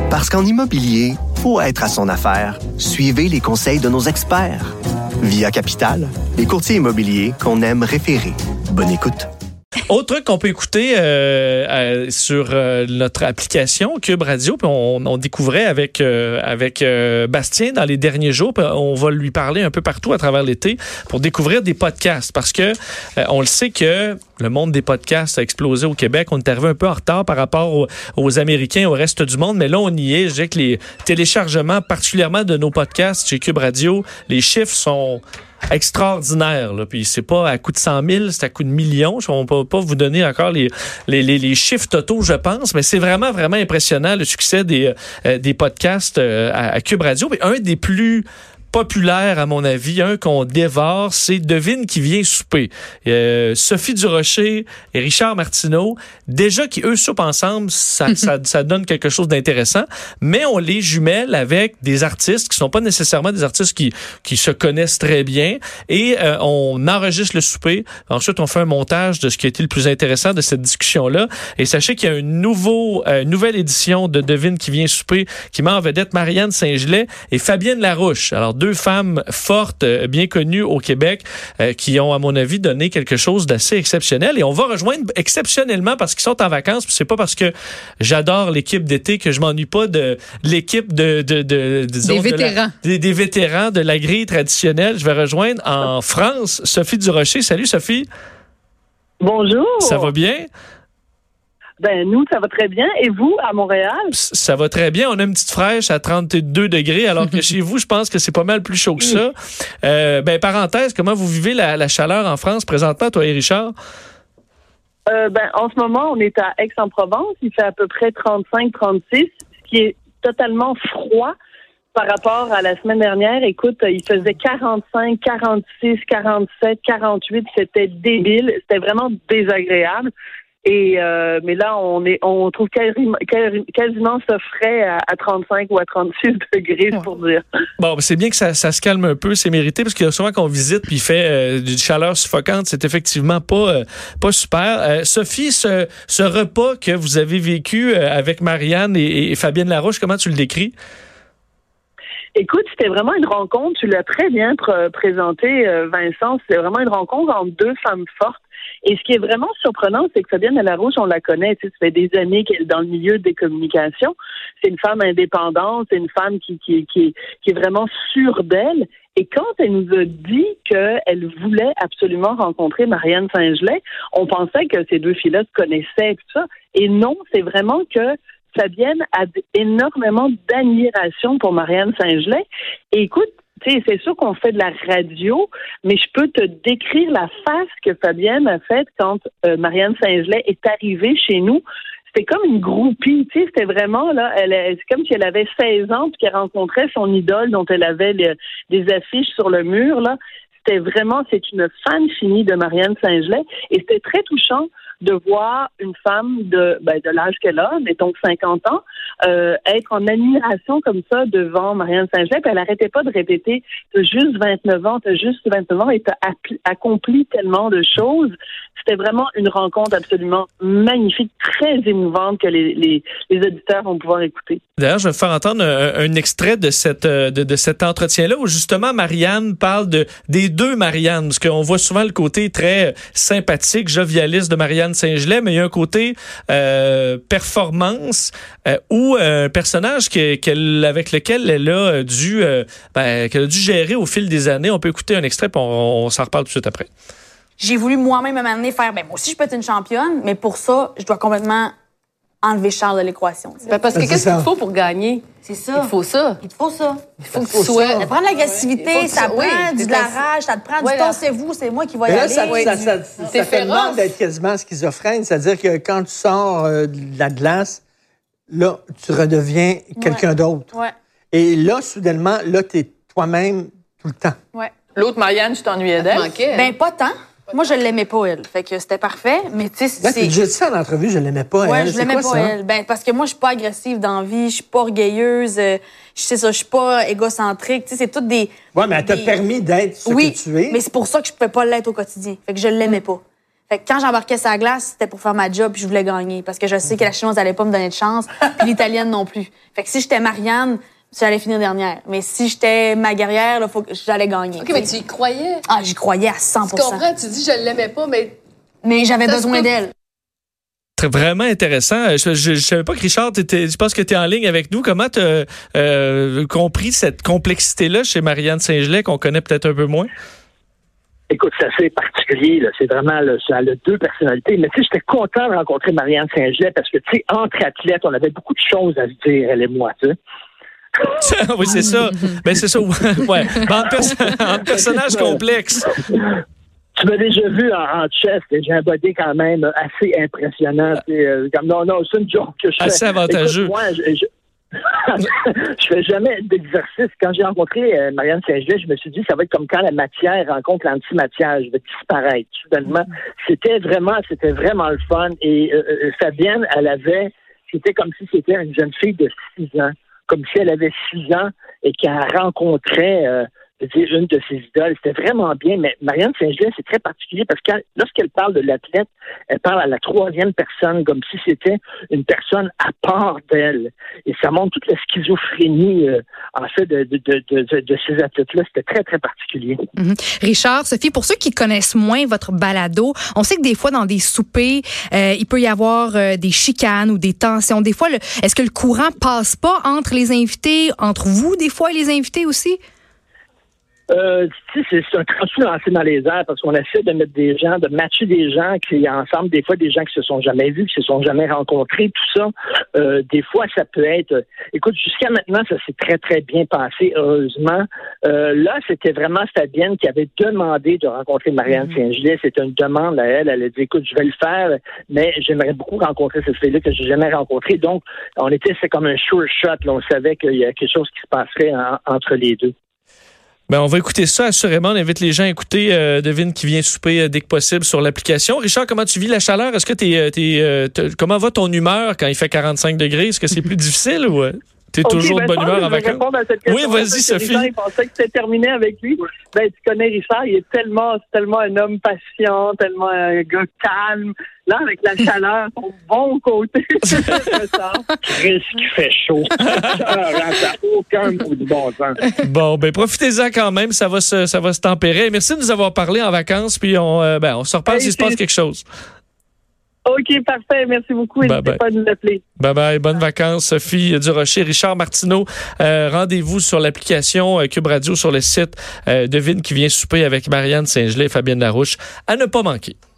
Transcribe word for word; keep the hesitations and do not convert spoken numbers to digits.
Parce qu'en immobilier, faut être à son affaire. Suivez les conseils de nos experts. Via Capital, les courtiers immobiliers qu'on aime référer. Bonne écoute. Autre truc qu'on peut écouter euh, euh, sur euh, notre application Cube Radio, puis on, on découvrait avec euh, avec euh, Bastien dans les derniers jours, puis on va lui parler un peu partout à travers l'été pour découvrir des podcasts, parce que euh, on le sait que le monde des podcasts a explosé au Québec. On est arrivé un peu en retard par rapport aux, aux Américains, au reste du monde, mais là on y est. Je dirais que les téléchargements, particulièrement de nos podcasts chez Cube Radio, les chiffres sont extraordinaire, là. Puis c'est pas à coût de cent mille, c'est à coût de millions. On peut pas vous donner encore les, les, les, les chiffres totaux, je pense, mais c'est vraiment, vraiment impressionnant le succès des, euh, des podcasts euh, à, à Cube Radio. Et un des plus populaire, à mon avis, un qu'on dévore, c'est Devine qui vient souper. Euh, Sophie Durocher et Richard Martineau, déjà qui eux soupent ensemble, ça, ça, ça donne quelque chose d'intéressant, mais on les jumelle avec des artistes qui sont pas nécessairement des artistes qui, qui se connaissent très bien, et euh, on enregistre le souper. Ensuite, on fait un montage de ce qui a été le plus intéressant de cette discussion-là, et sachez qu'il y a une nouveau, euh, nouvelle édition de Devine qui vient souper qui met en vedette Marianne Saint-Gelais et Fabienne Larouche. Alors, deux femmes fortes, bien connues au Québec, euh, qui ont, à mon avis, donné quelque chose d'assez exceptionnel. Et on va rejoindre exceptionnellement parce qu'ils sont en vacances. Puis c'est pas parce que j'adore l'équipe d'été que je m'ennuie pas de l'équipe de, de, de, de disons, des vétérans. De la, des, des vétérans de la grille traditionnelle. Je vais rejoindre en France Sophie Durocher. Salut Sophie. Bonjour. Ça va bien? Ben, nous, ça va très bien. Et vous, à Montréal? Ça va très bien. On a une petite fraîche à trente-deux degrés, alors que chez vous, je pense que c'est pas mal plus chaud que ça. Euh, ben, parenthèse, comment vous vivez la, la chaleur en France présentement, toi et Richard? Euh, ben, en ce moment, on est à Aix-en-Provence. Il fait à peu près trente-cinq trente-six, ce qui est totalement froid par rapport à la semaine dernière. Écoute, il faisait quarante-cinq, quarante-six, quarante-sept, quarante-huit. C'était débile. C'était vraiment désagréable. Et euh, mais là, on est, on trouve quasiment, quasiment ça frais à, à trente-cinq ou à trente-six degrés, ouais. pour dire. Bon, c'est bien que ça, ça se calme un peu, c'est mérité, parce qu'il y a souvent qu'on visite puis il fait euh, d'une chaleur suffocante, c'est effectivement pas euh, pas super. Euh, Sophie, ce, ce repas que vous avez vécu euh, avec Marianne et, et Fabienne Larouche, comment tu le décris? Écoute, c'était vraiment une rencontre, tu l'as très bien pr- présenté, euh, Vincent, c'était vraiment une rencontre entre deux femmes fortes. Et ce qui est vraiment surprenant, c'est que Fabienne Larouche, on la connaît, tu sais, ça fait des années qu'elle est dans le milieu des communications. C'est une femme indépendante, c'est une femme qui, qui, qui, qui est vraiment sûre d'elle. Et quand elle nous a dit qu'elle voulait absolument rencontrer Marianne Saint-Gelais, on pensait que ces deux filles-là se connaissaient et tout ça. Et non, c'est vraiment que Fabienne a énormément d'admiration pour Marianne Saint-Gelais. Et écoute, tu sais, c'est sûr qu'on fait de la radio, mais je peux te décrire la face que Fabienne a faite quand euh, Marianne Saint-Gelais est arrivée chez nous. C'était comme une groupie, tu sais, c'était vraiment, là, elle, c'est comme si elle avait seize ans puis qu'elle rencontrait son idole dont elle avait les, des affiches sur le mur, là. C'était vraiment, c'est une fan finie de Marianne Saint-Gelais et c'était très touchant de voir une femme de ben, de l'âge qu'elle a, mettons cinquante ans, euh, être en admiration comme ça devant Marianne Saint-Gelais. Puis elle n'arrêtait pas de répéter « T'as juste vingt-neuf ans, t'as juste vingt-neuf ans et t'as appli- accompli tellement de choses. » C'était vraiment une rencontre absolument magnifique, très émouvante que les, les, les auditeurs vont pouvoir écouter. D'ailleurs, je vais faire entendre un, un extrait de, cette, de, de cet entretien-là où justement Marianne parle de, des deux Marianne, parce qu'on voit souvent le côté très sympathique, jovialiste de Marianne Saint-Gelais, mais il y a un côté euh, performance euh, où euh, un personnage que, qu'elle, avec lequel elle a dû euh, ben, qu'elle a dû gérer au fil des années. On peut écouter un extrait, puis on, on s'en reparle tout de suite après. J'ai voulu moi-même à un moment donné faire, ben moi aussi je peux être une championne, mais pour ça, je dois complètement enlever Charles de l'équation. Ben parce que qu'est-ce qu'il faut pour gagner? C'est ça. Il faut ça. Il te faut ça. Il faut que tu sois... Ça prend de l'agressivité, ça prend oui, du de la rage, ça te prend ouais, du temps, c'est vous, c'est moi qui vais y là, aller. ça, Oui. ça, ça, ça, ça fait le mal d'être quasiment schizophrène. C'est-à-dire que quand tu sors euh, de la glace, là, tu redeviens quelqu'un ouais. d'autre. Ouais. Et là, soudainement, là, tu es toi-même tout le temps. Ouais. L'autre Marianne, tu t'ennuyais d'elle? Ben, pas tant. Moi, je l'aimais pas, elle. Fait que c'était parfait, mais tu sais, Là, c'est... tu déjà dit ça en entrevue, je l'aimais pas, ouais, elle. je C'est l'aimais quoi, pas, ça? elle. Ben, parce que moi, je suis pas agressive dans la vie, je suis pas orgueilleuse, euh, je sais ça, je suis pas égocentrique, tu sais, c'est toutes des... Ouais, mais elle t'a des... permis d'être ce oui, que tu es. mais c'est pour ça que je pouvais pas l'être au quotidien. Fait que je l'aimais pas. Fait que quand j'embarquais sur la glace, c'était pour faire ma job puis je voulais gagner. Parce que je sais que la Chinoise allait pas me donner de chance, puis l'Italienne non plus. Fait que si j'étais Marianne, j'allais finir dernière. Mais si j'étais ma guerrière, il faut que j'allais gagner. OK, t'sais. mais tu y croyais. Ah, j'y croyais à cent pour cent. Tu comprends? Tu dis, je l'aimais pas, mais... Mais j'avais Ça besoin se peut. d'elle. Vraiment intéressant. Je, je, je savais pas que Richard, t'étais, je pense que tu es en ligne avec nous. Comment tu as euh, compris cette complexité-là chez Marianne Saint-Gelais qu'on connaît peut-être un peu moins? Écoute, c'est assez particulier. Là. C'est vraiment, là, ça a deux personnalités. Mais tu sais, j'étais content de rencontrer Marianne Saint-Gelais parce que, tu sais, entre athlètes, on avait beaucoup de choses à se dire, elle et moi, tu sais. Oui, c'est ça. Ben, c'est ça. Ouais. Ben, en, perso- en personnage complexe. Tu m'as déjà vu en, en chest, et j'ai un body quand même assez impressionnant. C'est, euh, comme, non, non, c'est une joke que je fais. Assez avantageux. Écoute, moi, je, je, je fais jamais d'exercice. Quand j'ai rencontré euh, Marianne Saint-Gelais, je me suis dit, ça va être comme quand la matière rencontre l'antimatière. Je vais disparaître. Soudainement, c'était vraiment, c'était vraiment le fun. Et euh, euh, Fabienne, elle avait, c'était comme si c'était une jeune fille de six ans. Comme si elle avait six ans et qu'elle rencontrait... Euh, je veux dire, une de ses idoles. C'était vraiment bien, mais Marianne Saint-Gelais, c'est très particulier parce que lorsqu'elle parle de l'athlète, elle parle à la troisième personne, comme si c'était une personne à part d'elle. Et ça montre toute la schizophrénie, euh, en fait, de, de, de, de, de ces athlètes-là. C'était très, très particulier. Mm-hmm. Richard, Sophie, pour ceux qui connaissent moins votre balado, on sait que des fois, dans des soupers, euh, il peut y avoir euh, des chicanes ou des tensions. Des fois, le, est-ce que le courant passe pas entre les invités, entre vous, des fois, et les invités aussi? Euh, tu sais, c'est un transfert lancé dans les airs parce qu'on essaie de mettre des gens, de matcher des gens qui ensemble, des fois des gens qui se sont jamais vus, qui se sont jamais rencontrés, tout ça. Euh, des fois, ça peut être... Euh, écoute, jusqu'à maintenant, ça s'est très, très bien passé, heureusement. Euh, là, c'était vraiment Fabienne qui avait demandé de rencontrer Marianne mm-hmm. Saint-Gelais. C'était une demande à elle. Elle a dit, écoute, je vais le faire, mais j'aimerais beaucoup rencontrer cette fille-là que j'ai jamais rencontrée. Donc, on était, c'est comme un sure shot. Là, on savait qu'il y a quelque chose qui se passerait en, entre les deux. Ben, on va écouter ça, assurément. On invite les gens à écouter euh, Devine qui vient souper euh, dès que possible sur l'application. Richard, comment tu vis la chaleur? Est-ce que t'es, t'es, euh, t'es, comment va ton humeur quand il fait quarante-cinq degrés? Est-ce que c'est plus difficile ou euh, t'es okay, toujours ben, de bonne humeur en vacances? Oui, vas-y, Sophie. Richard, il pensait que c'était terminé avec lui. Ben, tu connais Richard, il est tellement, c'est tellement un homme patient, tellement un gars calme. Là, avec la chaleur, son bon côté, c'est ça. Qu'est-ce qui fait chaud? Ça n'a aucun mot de bon sens. Bon, ben profitez-en quand même, ça va se, ça va se tempérer. Merci de nous avoir parlé en vacances, puis on, euh, ben, on se reparle hey, s'il se passe quelque chose. OK, parfait. Merci beaucoup. N'hésitez pas à nous appeler. Bye-bye. Bonnes vacances, Sophie Durocher. Richard Martineau, euh, rendez-vous sur l'application euh, Cube Radio, sur le site euh, Devine qui vient souper avec Marianne Saint-Gelais et Fabienne Larouche. À ne pas manquer.